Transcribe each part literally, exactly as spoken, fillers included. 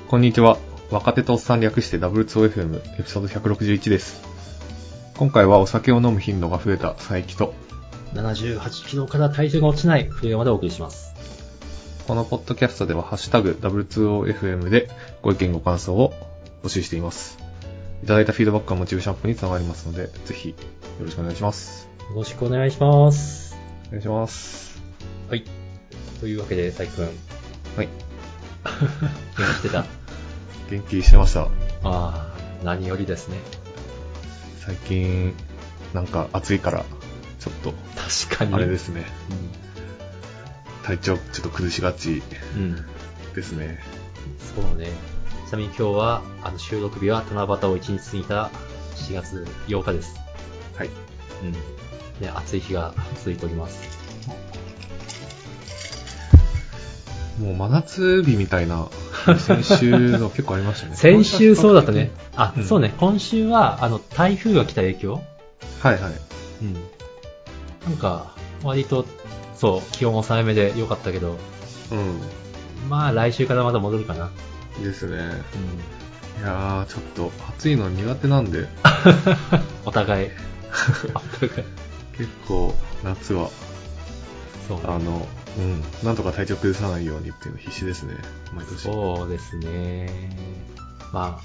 こんにちは。若手とおっさん略して ダブリューツーオーエフエム エピソードひゃくろくじゅういちです。今回はお酒を飲む頻度が増えた佐伯とななじゅうはちキロから体重が落ちない冬山でお送りします。 このポッドキャストではハッシュタグ ダブリューツーオーエフエム でご意見ご感想を募集しています。いただいたフィードバックはモチベーションアップにつながりますので、ぜひよろしくお願いします。 よろしくお願いします。 お願いします。 はい。というわけで、佐伯くん。 はい。 元気してた？ 元気してました。ああ、何よりですね。 最近、なんか暑いから、ちょっと、 確かに。 あれですね。うん、体調ちょっと崩しがちですね。 うん、そうね。ちなみに今日は、あの収録日は七夕をいちにち過ぎたしがつようかです。 はい。 うん。ね、暑い日が続いております。 もう真夏日みたいな、先週の結構ありましたね。 先週そうだったね。あ、 うん、 そうね。今週は、あの、台風が来た影響？ はいはい。 うん。なんか、割と、そう、気温抑えめで良かったけど、 うん。 まあ来週からまた戻るかな。 ですね。 うん。 いやー、ちょっと暑いの苦手なんで。 お互い。お互い。 結構、夏は、 そうね。 あの、うん、なんとか体調崩さないようにっていうの必死ですね、毎年。 そうですね。ま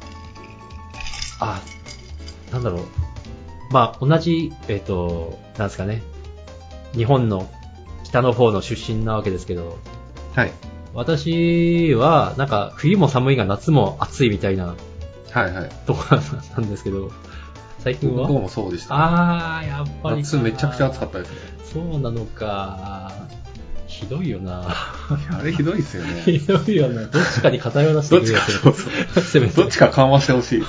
あ、あ、なんだろう。まあ、同じ、えっと、なんですかね。日本の北の方の出身なわけですけど、 はい。 私は、なんか、冬も寒いが夏も暑いみたいな、 はいはい。 とこなんですけど、最近はどうもそうでした、 ね。あー、やっぱり。 夏めちゃくちゃ暑かったですね。 そうなのか。ひどいよな。 あれひどいですよね。 ひどいよな。どっちかに偏らせてくれよ。 せめて。どっちか緩和してほしい。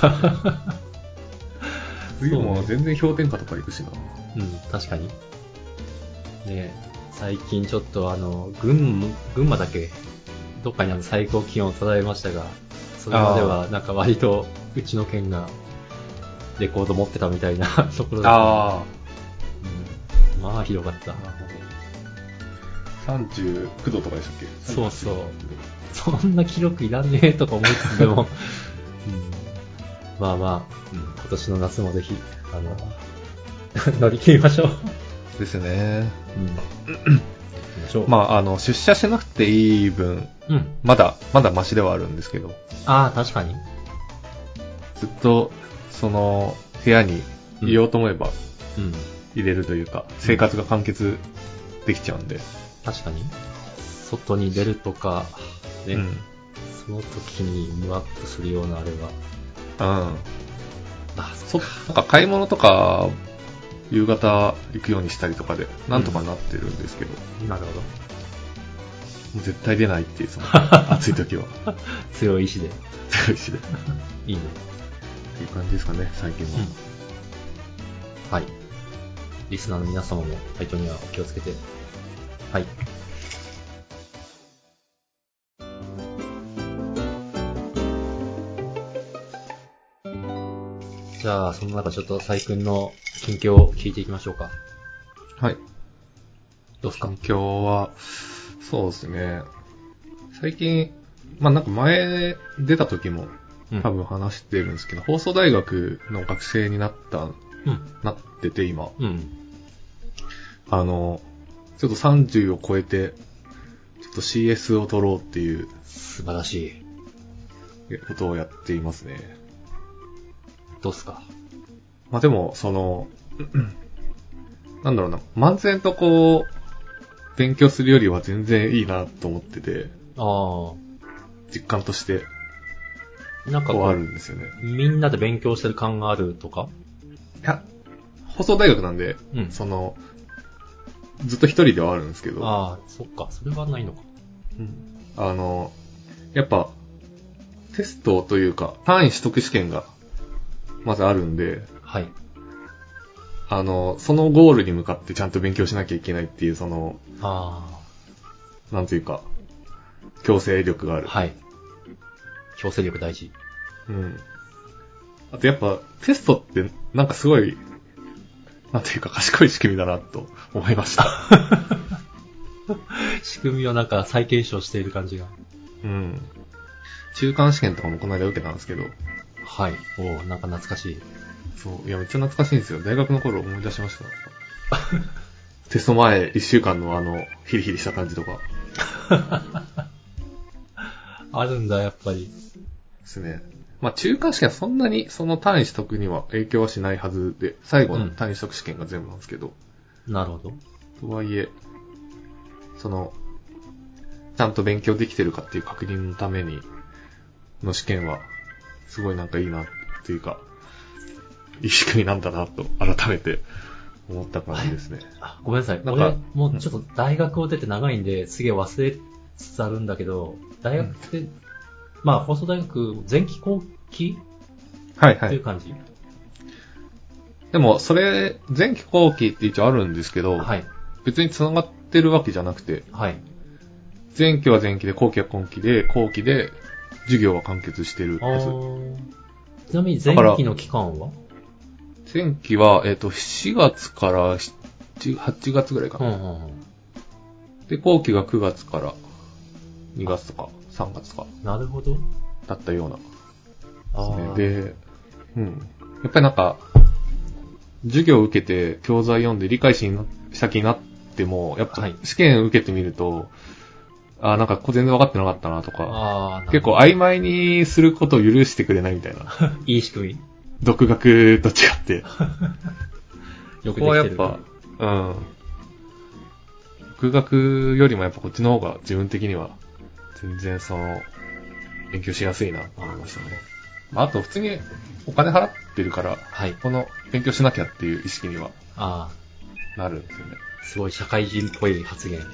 冬も全然氷点下とか行くしな。 うん、確かに。ね、最近ちょっとあの、群、群馬だけ、どっかにあの最高気温を捉えましたが、それまではなんか割とうちの県がレコード持ってたみたいなところだった、ね。ああ、うん。まあひどかった。 さんじゅうきゅうどとかでしたっけ？ そうそう。そんな記録いらねえとか思いつつでも、うん、まあまあ、うん、今年の夏もぜひ、あの、乗り切りましょう。 ですね。 うん。 まあ、あの、出社しなくていい分、うん、まだ、まだマシではあるんですけど。 ああ、確かに。 ずっと、その、部屋にいようと思えば、うん、入れるというか、生活が完結できちゃうんで。うん、 確かに。外に出るとか、ね、うん、その時にムワッとするようなあれは。 うん。あ、そ、なんか買い物とか、夕方行くようにしたりとかで、なんとかなってるんですけど。 うん、なるほど。 もう絶対出ないっていう、その、暑い時は。 強い意志で。 強い意志で。 いいね。 っていう感じですかね、最近は、 うん。はい。リスナーの皆様も体調にはお気をつけて。はい。じゃあ、その中ちょっと佐伯くんの近況を聞いていきましょうか。 はい。 どうすか？ 近況は、そうですね。最近、まあなんか前出た時も多分話してるんですけど、うん、放送大学の学生になった、うん、なってて今。うん。あの、ちょっとさんじゅうを超えて、ちょっと シーエス を取ろうっていう。 素晴らしい。 ことをやっていますね。 どうすか？ まあでも、その、なんだろうな、漫然とこう、勉強するよりは全然いいなと思ってて、あ実感として、 なんかこう、 あるんですよね。 みんなで勉強してる感があるとか？ いや、放送大学なんで、うん、その、ずっと一人ではあるんですけど。 ああ、そっか、それはないのか。 うん。あの、やっぱ、テストというか、単位取得試験が、まずあるんで、はい。あの、そのゴールに向かってちゃんと勉強しなきゃいけないっていう、その、ああ。なんというか、強制力がある。 はい。強制力大事。 うん。あとやっぱ、テストってなんかすごい、なんていうか賢い仕組みだなと思いました。 仕組みをなんか再検証している感じが。 うん。 中間試験とかもこの間受けたんですけど。 はい。おー、なんか懐かしい。 そう。いや、めっちゃ懐かしいんですよ。大学の頃思い出しました。テスト前いっしゅうかんのあの、ヒリヒリした感じとか。 あるんだ、やっぱり。 ですね。まあ中間試験はそんなにその単位取得には影響はしないはずで、最後の単位取得試験が全部なんですけど。 うん、なるほど。 とはいえ、その、ちゃんと勉強できてるかっていう確認のためにの試験は、すごいなんかいいなっていうか、いい仕組みなんだなと改めて思った感じですね。 あ、ごめんなさい。なんか俺、もうちょっと大学を出て長いんで、すげえ忘れつつあるんだけど、大学って、うん、まあ放送大学前期後期はいはい。 っていう感じ。 でも、それ、前期後期って一応あるんですけど、 はい。 別に繋がってるわけじゃなくて、 はい。 前期は前期で、後期は後期で、後期で、授業は完結してるはず。 ちなみに前期の期間は前期は、えっと、しがつからはちがつぐらいかな。うんうんうん、で、後期がくがつからにがつとかさんがつとか。 なるほど。 だったような。ですね。で、うん。やっぱりなんか、授業を受けて教材読んで理解した気になっても、やっぱ試験受けてみると、はい、あ、なんかここ全然分かってなかったなとか、結構曖昧にすることを許してくれないみたいな。 いい仕組み。 独学と違って。 よくできてる。 ここはやっぱ、うん。独学よりもやっぱこっちの方が自分的には全然その、勉強しやすいなと思いましたね。まあ、あと普通にお金払ってるから、はい、この勉強しなきゃっていう意識にはなるんですよね。 すごい社会人っぽい発言。うん。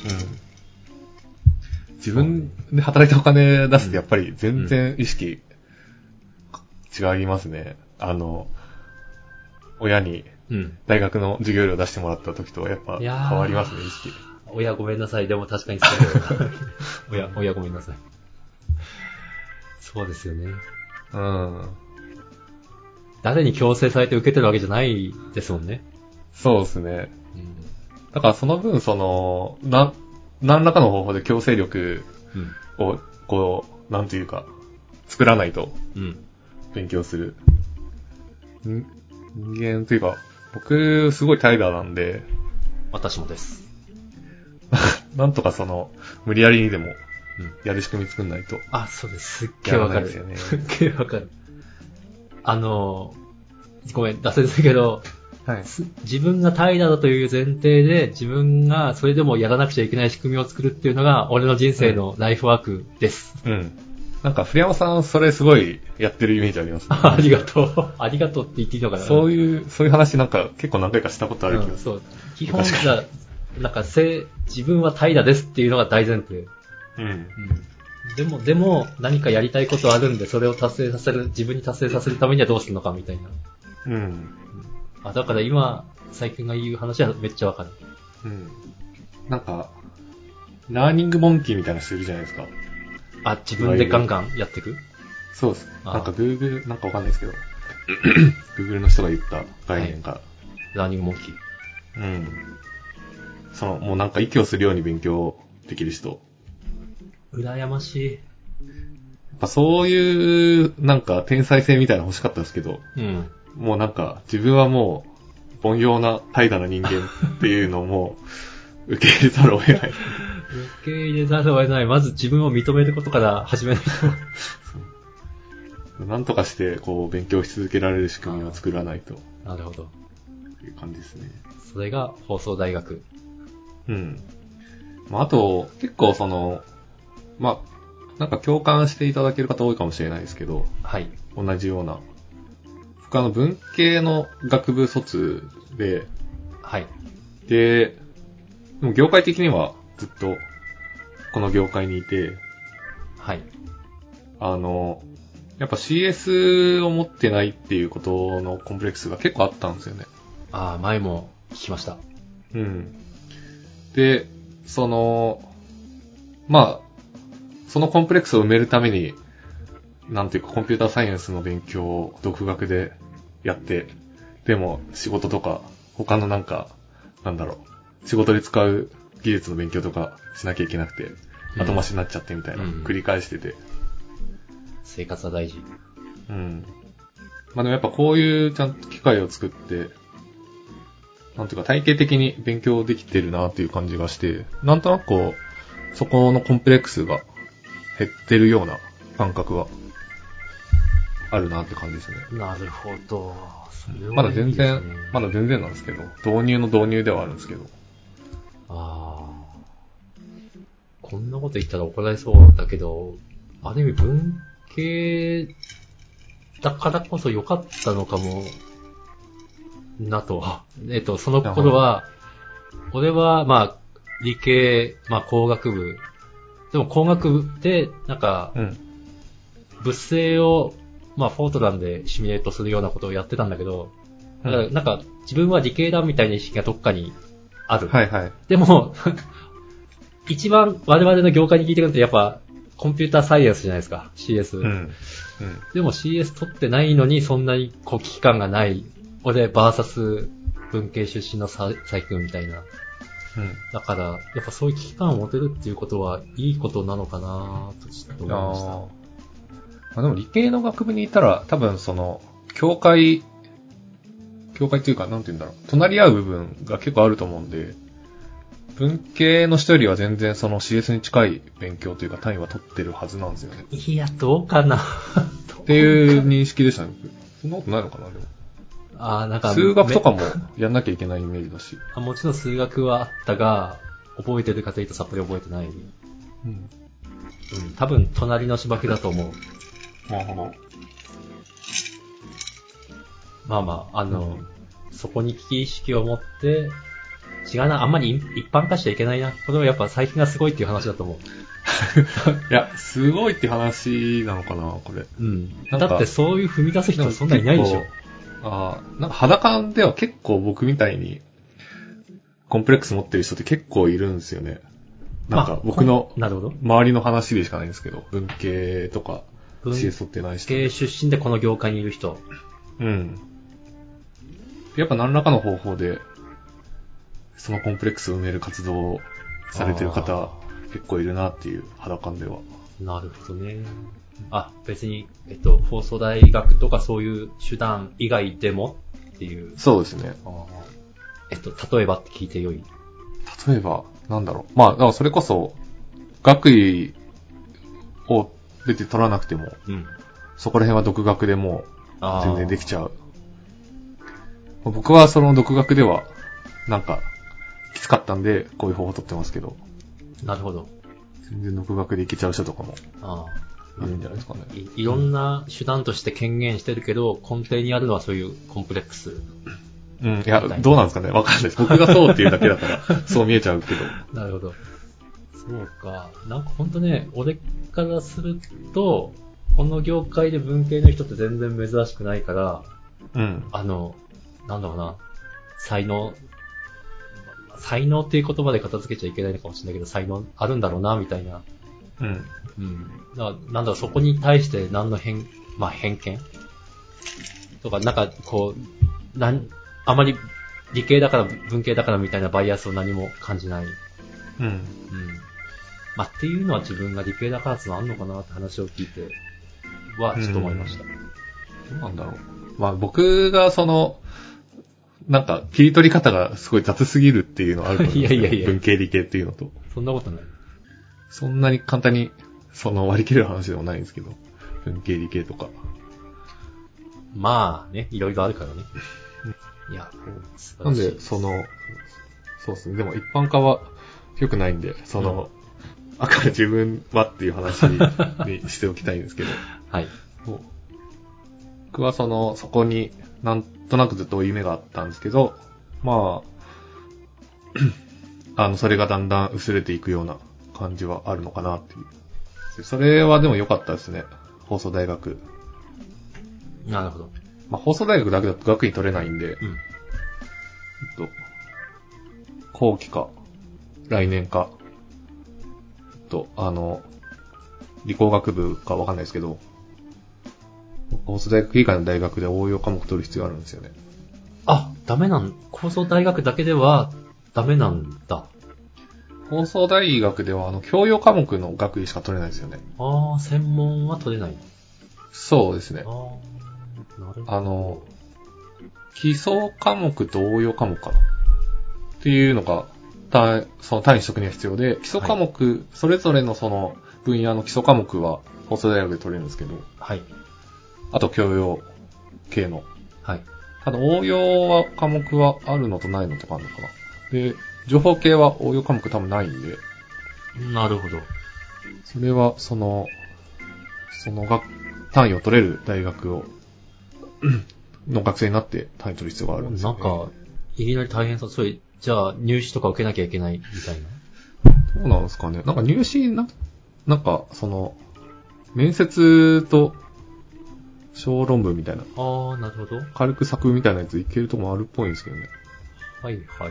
自分で働いてお金出すとやっぱり全然意識違いますね。あの、親に大学の授業料出してもらった時とはやっぱ変わりますね、意識。 親ごめんなさい。でも確かにそうだよ。親、親ごめんなさい。そうですよね。 うん。 誰に強制されて受けてるわけじゃないですもんね。 そうですね。うん、だからその分、その、な、何らかの方法で強制力を、こう、なんていうか、作らないと、勉強する。うん、人間というか、僕、すごい怠惰なんで。 私もです。 なんとかその、無理やりにでも、やる仕組み作んないと。 あ、そうです。すっげえわかる。すっげえわかる。あの、ごめん、脱線するけど、はい、自分が怠惰だという前提で、自分がそれでもやらなくちゃいけない仕組みを作るっていうのが、俺の人生のライフワークです。 うん。うん、なんか、古山さん、それすごいやってるイメージありますね。 ありがとう。ありがとうって言っていいのかな。 そういう、そういう話なんか結構何回かしたことある気がする。 うん、そう。基本じゃ、なんか、せ、自分は怠惰ですっていうのが大前提。うん。うん、でも、でも、何かやりたいことあるんで、それを達成させる、自分に達成させるためにはどうするのかみたいな。うん。うん、あ、だから今、最近が言う話はめっちゃわかる。 うん。なんか、ラーニングモンキーみたいな人いるじゃないですか。 あ、自分でガンガンやっていく？ そうです。なんか Google、なんかわかんないですけど、Google の人が言った概念が、はい。 ラーニングモンキー。 うん。その、もうなんか息をするように勉強できる人。 羨ましい。やっぱそういう、なんか天才性みたいなの欲しかったですけど、うん。もうなんか自分はもう、凡庸な怠惰な人間っていうのをもう、受け入れざるを得ない。 受け入れざるを得ない。まず自分を認めることから始めないと。なんとかして、こう、勉強し続けられる仕組みを作らないと。 なるほど。 という感じですね。 それが放送大学。 うん。まあ、あと、結構その、まあ、なんか共感していただける方多いかもしれないですけど、はい。同じような。僕あの文系の学部卒で、はい。で、でも業界的にはずっとこの業界にいて、はい。あの、やっぱ シーエス を持ってないっていうことのコンプレックスが結構あったんですよね。 ああ、前も聞きました。 うん。で、その、まあ、そのコンプレックスを埋めるために、なんていうかコンピューターサイエンスの勉強を独学でやって、でも仕事とか他のなんか、なんだろう、仕事で使う技術の勉強とかしなきゃいけなくて、後回しになっちゃってみたいな、うん、繰り返してて。 生活は大事。 うん。まあでもやっぱこういうちゃんと機会を作って、なんていうか体系的に勉強できてるなっていう感じがして、なんとなくこう、そこのコンプレックスが減ってるような感覚はあるなって感じですね。 なるほど。それはいいですね。 まだ全然、まだ全然なんですけど、導入の導入ではあるんですけど。 ああ。こんなこと言ったら怒られそうだけど、ある意味文系だからこそ良かったのかも、なと。えっと、その頃は、俺は、まあ、理系、まあ工学部。でも工学部で、なんか、うん、物性を、まあフォートランでシミュレートするようなことをやってたんだけど、だからなんか自分は理系だみたいな意識がどっかにある。 はいはい。 でも、一番我々の業界に聞いてくるとやっぱ、コンピューターサイエンスじゃないですか、シーエス。うんうん、でも シーエス 取ってないのにそんなにこう危機感がない。俺、バーサス文系出身の佐伯くんみたいな。うん、だから、やっぱそういう危機感を持てるっていうことはいいことなのかなとちょっと思いました。あ、まあ、でも理系の学部にいたら多分その、境界、境界っていうかなんて言うんだろう、隣り合う部分が結構あると思うんで、文系の人よりは全然その シーエス に近い勉強というか単位は取ってるはずなんですよね。 いや、どうかなっていう認識でしたね。そんなことないのかな、でも。あ、なんか数学とかもやんなきゃいけないイメージだし。 あ、もちろん数学はあったが、覚えてるかというとさっぱり覚えてない。うん。うん。多分、隣の芝生だと思う。 なるほど。 まあまあ、あの、うん、そこに危機意識を持って、違うな、あんまり一般化しちゃいけないな。これはやっぱ最近がすごいっていう話だと思う。 いや、すごいって話なのかな、これ。 うん。だってそういう踏み出す人そんなにいないでしょ。 ああ、なんか肌感では結構僕みたいにコンプレックス持ってる人って結構いるんですよね。なんか僕の周りの話でしかないんですけど、文系とか シーエス 取ってない人。 文系出身でこの業界にいる人。 うん。やっぱ何らかの方法でそのコンプレックスを埋める活動をされてる方結構いるなっていう肌感では。 なるほどね。あ、別に、えっと、放送大学とかそういう手段以外でもっていう。 そうですね。 あ、えっと、例えばって聞いてよい？ 例えば、なんだろう。まあ、だからそれこそ、学位を出て取らなくても、うん、そこら辺は独学でもう全然できちゃう。僕はその独学では、なんか、きつかったんで、こういう方法取ってますけど。 なるほど。 全然独学でいけちゃう人とかも。ああ。いるんじゃないですかね。 い, いろんな手段として権限してるけど、根底にあるのはそういうコンプレックス。 うん、いや、どうなんですかね。わかんないです。僕がそうっていうだけだから、そう見えちゃうけど。 なるほど。そうか。なんかほんとね、俺からすると、この業界で文系の人って全然珍しくないから、うん。あの、なんだろうな、才能、才能っていう言葉で片付けちゃいけないのかもしれないけど、才能あるんだろうな、みたいな。うん。うん。だからなんだろう、そこに対して何の偏、まあ偏見とか、なんかこう、なん、あまり理系だから文系だからみたいなバイアスを何も感じない。うん。うん。まあっていうのは自分が理系だからってのあんのかなって話を聞いてはちょっと思いました。 うん、どうなんだろう。まあ僕がその、なんか切り取り方がすごい雑すぎるっていうのはあると思うんですよ。いやいやいや。文系理系っていうのと。 そんなことない。 そんなに簡単にその割り切れる話でもないんですけど、文系理系とか。 まあね、いろいろあるからね。いや、 なんで、その、そうですね。でも一般化は良くないんで、その、うん、あから自分はっていう話にしておきたいんですけど。はい。僕はその、そこになんとなくずっと夢があったんですけど、まあ、あの、それがだんだん薄れていくような感じはあるのかなっていう。それはでも良かったですね。放送大学。 なるほど。 まあ、放送大学だけだと学位取れないんで、うん、えっと、後期か、来年か、えっと、あの、理工学部かわかんないですけど、放送大学以外の大学で応用科目取る必要があるんですよね。 あ、ダメなん、放送大学だけではダメなんだ。 放送大学では、あの、教養科目の学位しか取れないですよね。 ああ、専門は取れない。 そうですね。 ああ、なるほど。 あの、基礎科目と応用科目かな。っていうのが、単その単位取得には必要で、基礎科目、はい、それぞれのその分野の基礎科目は放送大学で取れるんですけど、 はい。 あと教養系の。 はい。 ただ応用は科目はあるのとないのとかあるのかな。で、情報系は応用科目多分ないんで。 なるほど。 それはその、その学、単位を取れる大学を、の学生になって単位取る必要があるんですよ、ね。 なんか、いきなり大変そう。それ、じゃあ入試とか受けなきゃいけないみたいな。 どうなんですかね。なんか入試な、なんかその、面接と小論文みたいな。 ああ、なるほど。 軽く作文みたいなやついけるとこもあるっぽいんですけどね。 はいはいはい。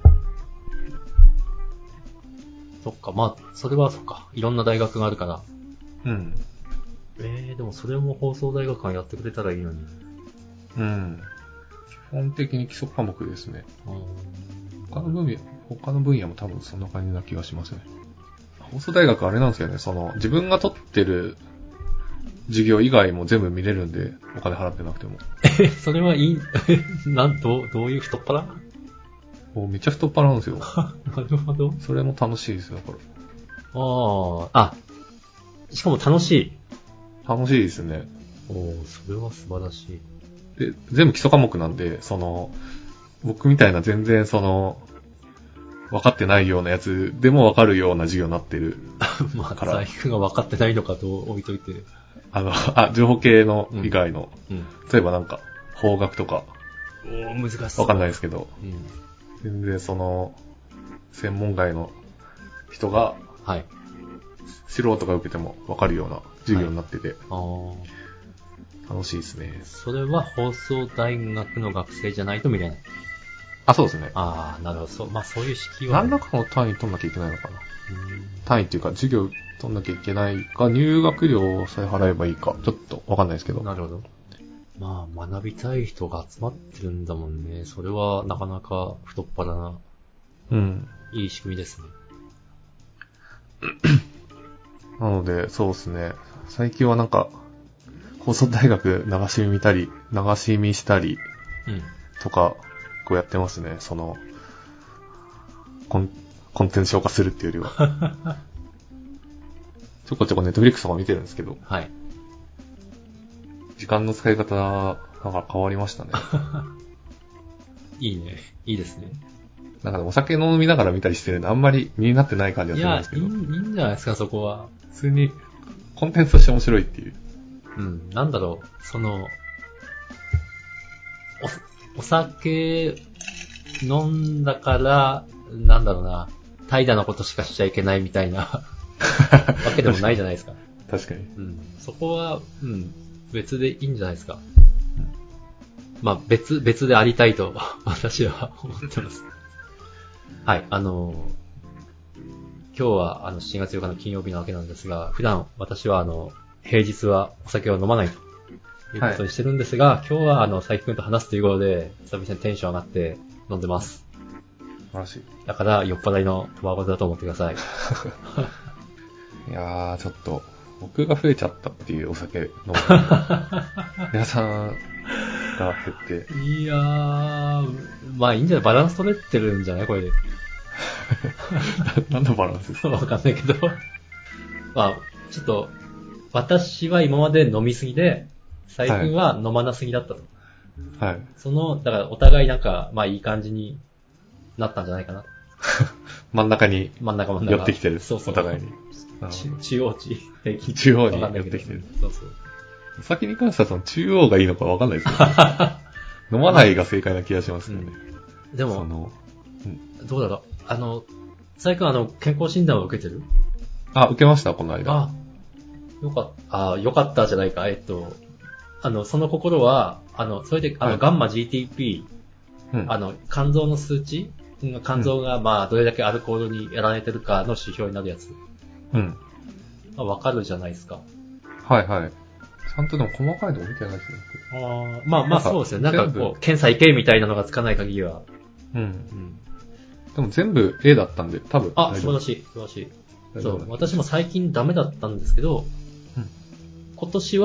そっか、まあ、それはそっか。いろんな大学があるから。 うん。 えー、でもそれも放送大学がやってくれたらいいのに。 うん。基本的に基礎科目ですね。他の分野、他の分野も多分そんな感じな気がしますね。放送大学あれなんですよね。その、自分が取ってる授業以外も全部見れるんで、お金払ってなくても。 え、それはいい、なんと、どういう太っ腹？ もうめっちゃ太っ腹なんですよ。 なるほど。 それも楽しいですよ、これ。 ああ、あ、しかも楽しい。 楽しいですね。 おー、それは素晴らしい。 で、全部基礎科目なんで、その、僕みたいな全然その、分かってないようなやつでも分かるような授業になってるまあ、財布が分かってないのかと置いといて。 あの、あ、情報系の以外の、 うんうん、 例えばなんか、法学とか、 おー、難しそう。 分かんないですけど、 うん、 全然その、専門外の人が、 はい。 素人が受けても分かるような授業になってて、 はい、 あ楽しいですね。 それは放送大学の学生じゃないと見れない。 あ、そうですね。 ああ、なるほど。そう、まあそういう式は、 何らかの単位取んなきゃいけないのかな。単位っていうか、授業取んなきゃいけないか、入学料さえ払えばいいか、ちょっと分かんないですけど。 なるほど。まあ、学びたい人が集まってるんだもんね。それはなかなか太っ腹な、 うん。 いい仕組みですね。 なので、そうですね。最近はなんか、放送大学流し見見たり、流し見したり、とか、こうやってますね。その、コン、コンテンツ消化するっていうよりは。ちょこちょこネットフリックスとか見てるんですけど、 はい。 時間の使い方、なんか変わりましたね。 いいね。いいですね。 なんかお酒飲みながら見たりしてるんで、あんまり身になってない感じがするんですけど。 いや、いい、いいんじゃないですか、そこは。 普通に、コンテンツとして面白いっていう。 うん、なんだろう、その、お、お酒飲んだから、なんだろうな、怠惰なことしかしちゃいけないみたいなわけでもないじゃないですか。 確かに。 うん。そこは、うん、別でいいんじゃないですか。うん、まあ、別、別でありたいと私は思ってます。はい、あの、今日はあのしちがつようかの金曜日なわけなんですが、普段私はあの、平日はお酒を飲まないということにしてるんですが、はい、今日はあの、佐伯くんと話すということで、久々にテンション上がって飲んでます。 素晴らしい。 だから、酔っ払いのトバコだと思ってください。 いやー、ちょっと、僕が増えちゃったっていうお酒飲む。皆さんが減って。 いやー、まあいいんじゃない？バランス取れてるんじゃないこれで。 何のバランスですか？ わかんないけど。まあ、ちょっと、私は今まで飲みすぎで、最近は飲まなすぎだったと。 はい。 その、だからお互いなんか、まあいい感じになったんじゃないかな。 真ん中に真ん中真ん中寄ってきてる。 そうそう。 お互いに。 中央値。 中央に寄ってきてる。 そうそう。 お酒に関してはその中央がいいのかわかんないですけど、飲まないが正解な気がしますよね。 うん、でも、 その、 うん、どうだろう。あの、最近あの、健康診断を受けてる？ あ、受けました、この間。 あ、よかった、あ、よかったじゃないか。えっと、あの、その心は、あの、それで、あの、はい、ガンマ ジーティーピー、うん、あの、肝臓の数値肝臓が、まあ、どれだけアルコールにやられてるかの指標になるやつ。 うん。 まあ、わかるじゃないですか。 はいはい。ちゃんとでも細かいとこ見てないですね。 あまあまあそうですよ。なんかこう、検査行けみたいなのがつかない限りは。 うん。うん。でも全部 A だったんで、多分。 あ、素晴らしい、素晴らしい。そう、私も最近ダメだったんですけど、うん、今年は、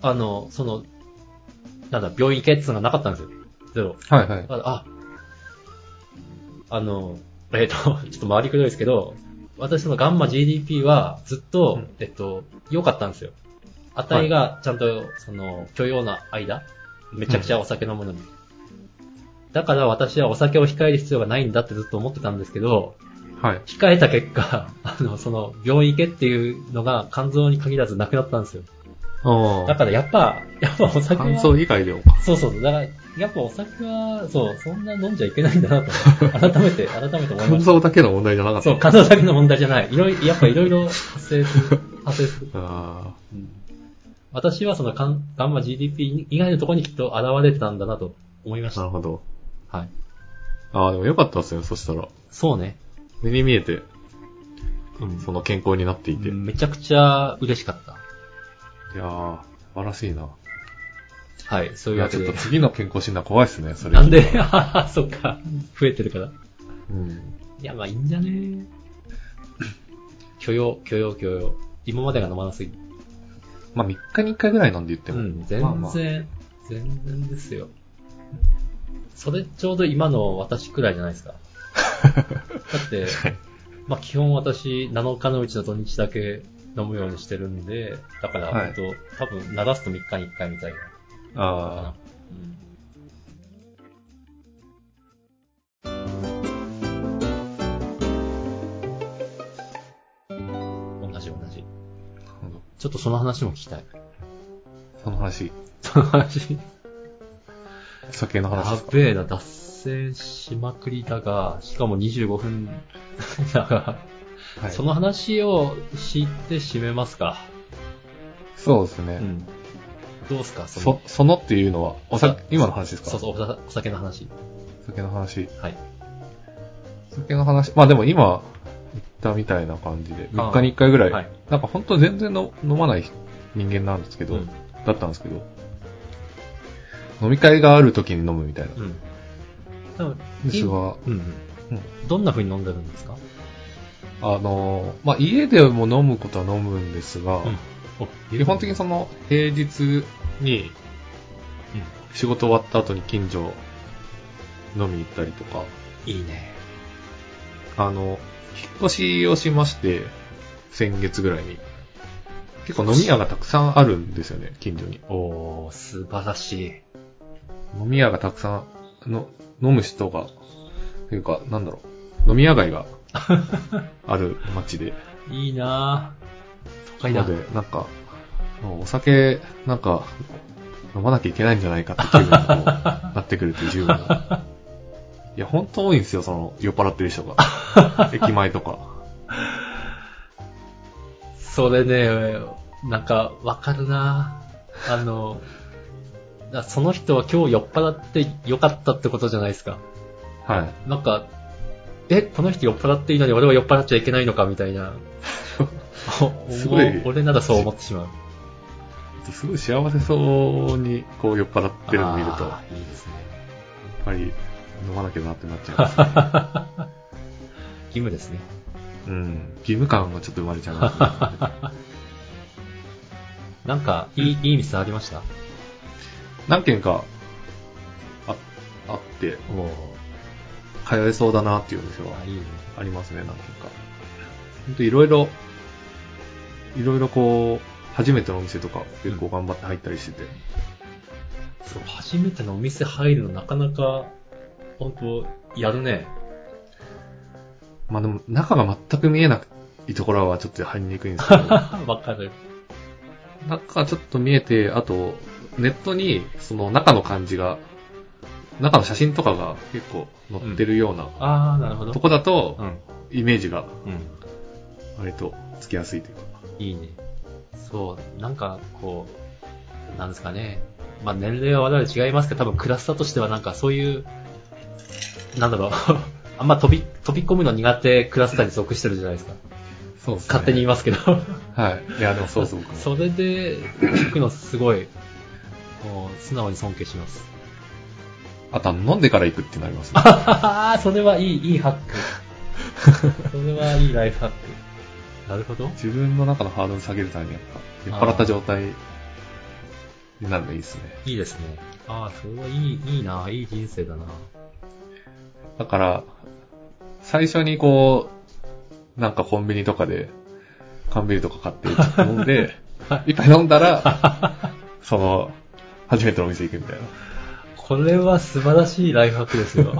あの、その、なんだ、病院行けっていうのがなかったんですよ。ゼロ。 はいはい。 あ、あ、あの、えっ、と、ちょっと回りくどいですけど、私のガンマ ジーディーピー はずっと、うん、えっと、良かったんですよ。値がちゃんと、その、許容な間、めちゃくちゃお酒飲むのに。うん、だから私はお酒を控える必要がないんだってずっと思ってたんですけど、 はい。 控えた結果、あの、その、病院行けっていうのが肝臓に限らずなくなったんですよ。だからやっぱ、やっぱお酒は。 肝臓以外でもか。 そうそう。だから、やっぱお酒は、そう、そんな飲んじゃいけないんだなと、改めて、改めて思いました。 肝臓だけの問題じゃなかった。 そう、肝臓だけの問題じゃない。いろいろ、やっぱいろいろ発生する。発生する。あうん、私はそのガンマ ジーディーピー 以外のところにきっと現れてたんだなと思いました。 なるほど。 はい。 ああ、でもよかったですよ、そしたら。 そうね。 目に見えて、うん、その健康になっていて。 めちゃくちゃ嬉しかった。 いやー、素晴らしいな。 はい、そういうわけで。 ちょっと次の健康診断怖いっすね、それ。 なんであそっか。増えてるから。 うん。 いや、まあいいんじゃね許容、許容、許容。今までが飲まなすぎ。 まあみっかにいっかいぐらい飲んで言っても。 うん、全然、まあまあ、全然ですよ。それちょうど今の私くらいじゃないですか。だって、まあ基本私なのかのうちの土日だけ飲むようにしてるんで、だから本当、はい、多分鳴らすとみっかにいっかいみたいな。 ああ。 うん、同じ同じ。ちょっとその話も聞きたい。 その話その話酒の話ですか？ やべえな、脱線しまくりだが、しかもにじゅうごふんだが、はい、その話を知って締めますか？ そうですね。うん、 どうすかその、そ、そのっていうのは、お酒、今の話ですか？ そうそう、お酒の話。 お酒の話。 はい。 お酒の話。まあでも今言ったみたいな感じで、みっかにいっかいぐらい、はい、なんか本当全然の飲まない人間なんですけど、うん、だったんですけど、飲み会がある時に飲むみたいな。うん。ですが、うんうんうん、どんな風に飲んでるんですか？ あの、まあ家でも飲むことは飲むんですが、うん基本的にその平日に仕事終わった後に近所飲みに行ったりとか。 いいね。 あの、引っ越しをしまして、先月ぐらいに。結構飲み屋がたくさんあるんですよね、近所に。 おー、素晴らしい。 飲み屋がたくさんの、飲む人が、というか、なんだろう、飲み屋街がある街で。 いいなぁ。 なので、なんか、もうお酒、なんか、飲まなきゃいけないんじゃないかって気分になってくるっていう自分が。いや、ほんと多いんですよ、その、酔っ払ってる人が。駅前とか。 それね、なんか、わかるなあの、その人は今日酔っ払ってよかったってことじゃないですか。 はい。 なんか、え、この人酔っ払っていいのに俺は酔っ払っちゃいけないのかみたいな。すごい。俺ならそう思ってしまう。 すごい幸せそうにこう酔っ払ってるのを見ると、 いいですね。 やっぱり飲まなきゃなってなっちゃいますね。 義務ですね。 うん。義務感がちょっと生まれちゃいますね。 なんかいい、いい店ありました？ 何軒か あ, あって、通えそうだなっていうお店はありますね、何軒か。ほんといろいろ、いろいろこう、初めてのお店とか結構頑張って入ったりしてて。うん、 そう、初めてのお店入るのなかなか、本当やるね。 まあでも、中が全く見えないところはちょっと入りにくいんですけど。 わかる。 中がちょっと見えて、あと、ネットにその中の感じが、中の写真とかが結構載ってるような、うん、 あー、なるほど。 とこだと、うん、イメージが、割とつきやすいというか。 いいね。そう、なんかこう、なんですかね。まあ年齢は我々違いますけど、多分クラスターとしてはなんかそういう、なんだろう、あんま飛び、飛び込むの苦手クラスターに属してるじゃないですか。 そうですね。 勝手に言いますけど。 はい。いや、でもそうそう。 それで、聞くのすごい、もう素直に尊敬します。 あとは飲んでから行くってなりますね。 ああ、それはいい、いいハック。それはいいライフハック。なるほど。 自分の中のハードル下げるためにやっぱ、酔っ払った状態になるのいいですね。 いいですね。ああ、それはいい、いいな、いい人生だな。 だから、最初にこう、なんかコンビニとかで、缶ビールとか買ってちょっと飲んで、一杯飲んだら、その、初めてのお店行くみたいな。 これは素晴らしいライフハックですよ。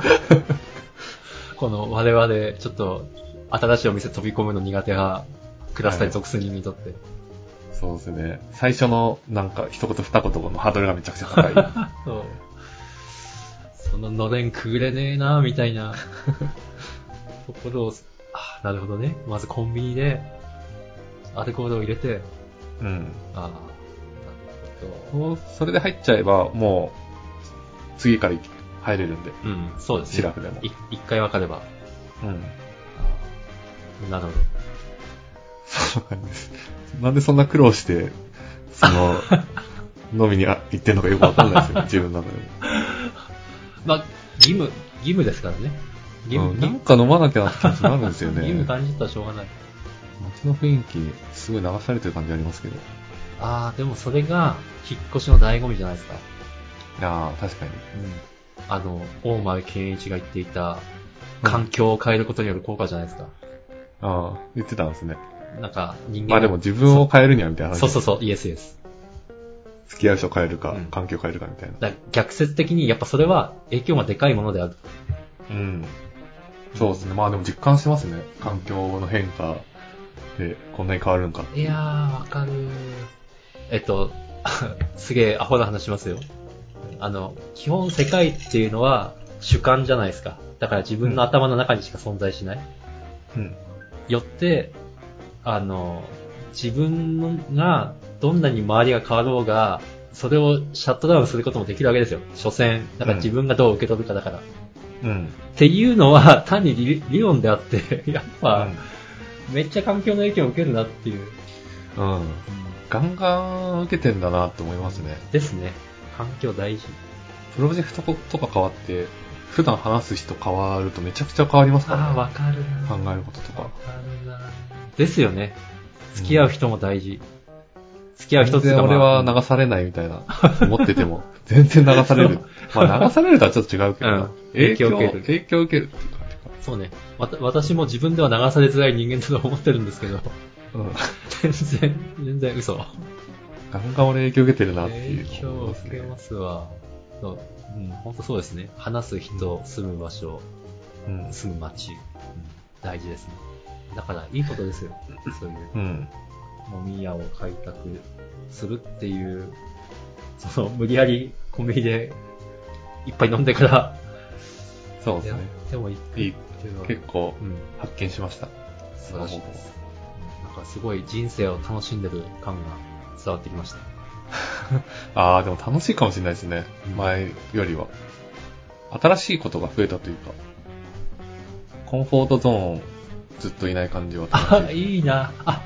この我々、ちょっと、新しいお店飛び込むの苦手なクラスター属す人にとって、はい。 そうですね。最初のなんか一言二言のハードルがめちゃくちゃ高い。 そう。そののれんくぐれねえなみたいなところを、あ、なるほどね。まずコンビニでアルコールを入れて、 うん。 ああ、なるほど。それで入っちゃえばもう次から入れるんで。 うん、そうですね。 シラフでも。 い一回分かれば。 うん。 あ、なるほど。 そうなんです。なんでそんな苦労して、その、飲みに行ってんのかよくわかんないですよね、自分の中でも。 まあ、義務、義務ですからね。義務、 うん、なんか飲まなきゃなって気持ちになるんですよね。 義務感じたらしょうがない。 街の雰囲気、すごい流されてる感じありますけど。 ああ、でもそれが、引っ越しの醍醐味じゃないですか。 ああ、確かに。 うん。あの、大前健一が言っていた、環境を変えることによる効果じゃないですか。 うん、ああ、言ってたんですね。 なんか、人間まあでも自分を変えるにはみたいな話。 そうそうそう、イエスイエス。 付き合う人を変えるか、 うん、 環境を変えるかみたいな。 だ逆説的に、やっぱそれは影響がでかいものである。 うん。そうですね。まあでも実感してますね。環境の変化でこんなに変わるんか。 いやー、わかる。えっと、すげえアホな話しますよ。あの、基本世界っていうのは主観じゃないですか。だから自分の頭の中にしか存在しない。 うん。 よって、あの、自分がどんなに周りが変わろうが、それをシャットダウンすることもできるわけですよ。所詮、だから自分がどう受け取るかだから。 うん。 っていうのは単に 理, 理論であって、やっぱ、うん、めっちゃ環境の影響を受けるなっていう。 うん。うん、ガンガン受けてんだなって思いますね。 ですね。環境大事。 プロジェクトとか変わって、普段話す人変わるとめちゃくちゃ変わりますからね。 ああ、わかるな。 考えることとか。 わかるな。ですよね。付き合う人も大事。うん、付き合う人って全然俺は流されないみたいな、思ってても、全然流される。まあ流されるとはちょっと違うけど、うん、影響を受ける。影響を受けるっていう感じか。 そうね。わた私も自分では流されづらい人間だと思ってるんですけど、うん、全然、全然嘘。 ガンガン俺影響受けてるなっていう、 ね。影響を受けますわ。そう、うん、本当そうですね。話す人、うん、住む場所、うん、住む街、うん、大事ですね。だからいいことですよ。そういう、うん、飲み屋を開拓するっていう、その無理やりコンビニでいっぱい飲んでから、 そうですね。 でもいい。 いい結構発見しました。 素晴らしいです。なんかすごい人生を楽しんでる感が伝わってきました。 ああ、でも楽しいかもしれないですね。うん、前よりは。新しいことが増えたというか、コンフォートゾーンずっといない感じは楽しい。 あ、いいな。あ、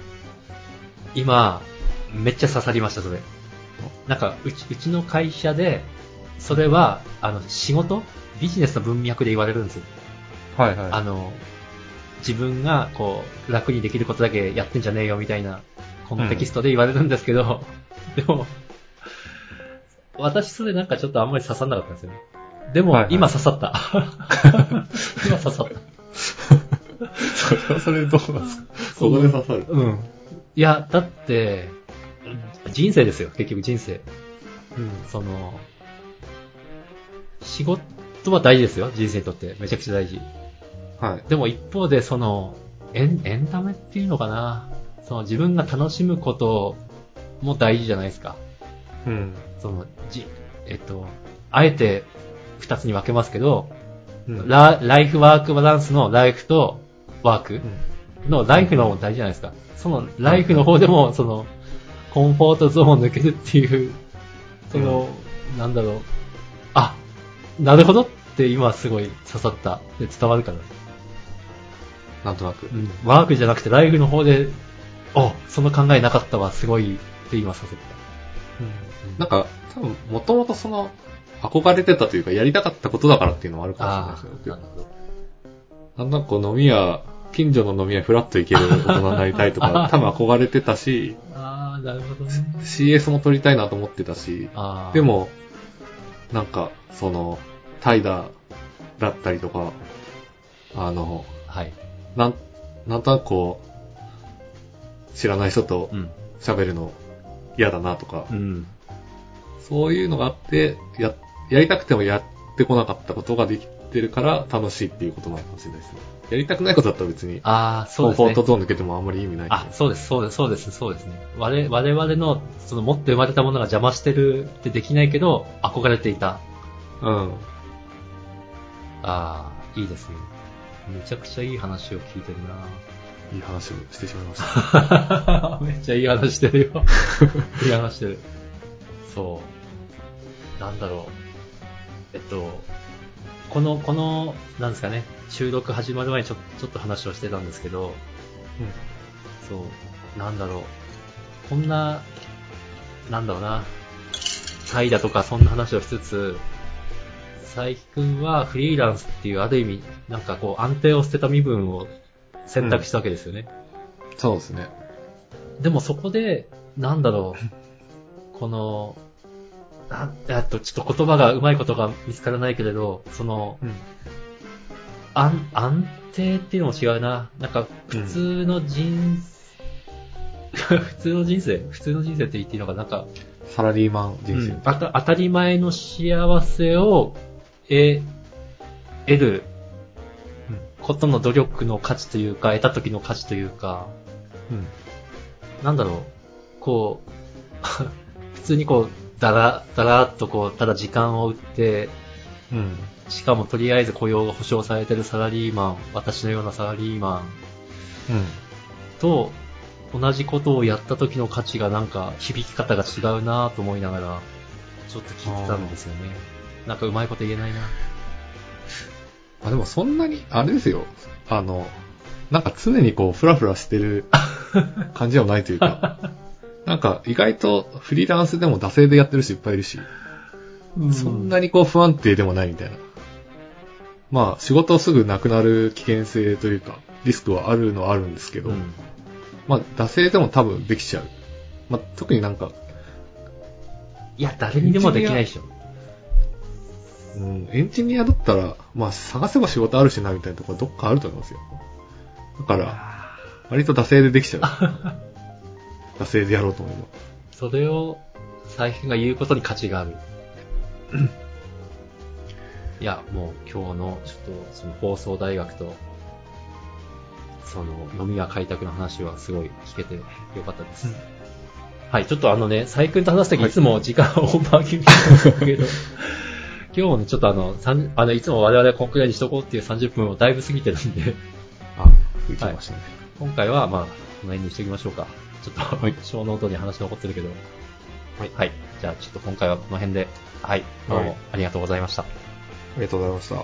今、めっちゃ刺さりました、それ。なんか、うち、うちの会社で、それは、あの、仕事ビジネスの文脈で言われるんですよ。 はいはい。 あの、自分が、こう、楽にできることだけやってんじゃねえよ、みたいな、コンテキストで言われるんですけど、うん、でも、私それなんかちょっとあんまり刺さんなかったんですよね。でも、はいはい、今刺さった。今刺さった。 それはそれでどうなんですか？そこで刺さる。 うん。いや、だって、人生ですよ、結局人生。うん、その、仕事は大事ですよ、人生にとって。めちゃくちゃ大事。 はい。 でも一方で、その、エン、エンタメっていうのかな。その自分が楽しむことも大事じゃないですか。 うん。 その、じ、えっと、あえて二つに分けますけど、うん、ラ, ライフワークバランスのライフとワークのライフの方も大事じゃないですか。そのライフの方でも、その、コンフォートゾーンを抜けるっていう、その、うん、なんだろう。あ、なるほどって今すごい刺さった。で伝わるかな。 なんとなく。 うん。ワークじゃなくてライフの方で、お、その考えなかったわ、すごいって今刺さった。 うん、なんか、多分、もともとその、憧れてたというか、やりたかったことだからっていうのもあるかもしれないですよ。なるほど。あんなこう飲み屋、近所の飲み屋フラッと行ける大人になりたいとか、多分憧れてたし、 ああー、なるほどね。 シーエス も取りたいなと思ってたし、 あでも、なんか、その、タイダーだったりとか、あの、 はい。 なん、なんとなくこう、知らない人と喋るの嫌だなとか、 うん。 そういうのがあって、や、やりたくてもやってこなかったことができてるから楽しいっていうことなのかもしれないですね。やりたくないことだったら別に、 ああ、そうですね。 コンフォートゾーン抜けてもあんまり意味ないけど。 あ、そうです、そうです、そうです、そうですね。我我々の、その持って生まれたものが邪魔してるってできないけど、憧れていた。 うん。 ああ、いいですね。めちゃくちゃいい話を聞いてるいい話をしてしまいました。 なめっちゃいい話してるよ。いい話してる。そう。なんだろう。えっと、この、この、なんですかね、収録始まる前にちょちょっと話をしてたんですけど、 うん。 そう、なんだろう。こんな、なんだろうな、タイだとかそんな話をしつつ、佐伯くんはフリーランスっていうある意味、なんかこう安定を捨てた身分を選択したわけですよね。 うん、そうですね。 でもそこで、なんだろう、この、あえっと、ちょっと言葉がうまいことが見つからないけれど、その、 うん。 安、安定っていうのも違うな。なんか、普通の人、普通の人生普通の人生って言っていいのかな、なんか、 サラリーマン人生、 うん、あた当たり前の幸せを得、得ることの努力の価値というか、得た時の価値というか、 うん。 なんだろう、こう、普通にこう、だら、だらっとこう、ただ時間を売って、 うん。 しかもとりあえず雇用が保障されてるサラリーマン、私のようなサラリーマンうん。 と同じことをやった時の価値がなんか響き方が違うなぁと思いながら、ちょっと聞いてたんですよね。なんかうまいこと言えないな。 あ、でもそんなに、あれですよ。あの、なんか常にこう、フラフラしてる感じではないというか、なんか意外とフリーランスでも惰性でやってる人いっぱいいるし、 うん、 そんなにこう不安定でもないみたいな。まあ仕事すぐなくなる危険性というか、リスクはあるのはあるんですけど、うん、まあ惰性でも多分できちゃう。まあ特になんか、 いや、誰にでもできないでしょ。 うん、エンジニアだったら、まあ探せば仕事あるしなみたいなところどっかあると思いますよ。だから、割と惰性でできちゃう。惰性でやろうと思えば。 それを、佐伯が言うことに価値がある。いや、もう今日の、ちょっと、その放送大学と、その、飲み屋開拓の話はすごい聞けてよかったです。うん、はい、ちょっとあのね、佐伯くんと話すときいつも時間オーバー気味なんだけど、今日もね、ちょっとあの、あの、いつも我々はこんくらいにしとこうっていうさんじゅっぷんをだいぶ過ぎてるんで、 あ、浮いちゃいましたね。はい、 今回はまあ、この辺にしておきましょうか。ちょっと、はい、小ノートに話残ってるけど。はい。はい。じゃあ、ちょっと今回はこの辺で、はい。どうもありがとうございました。はい、 ありがとうございました。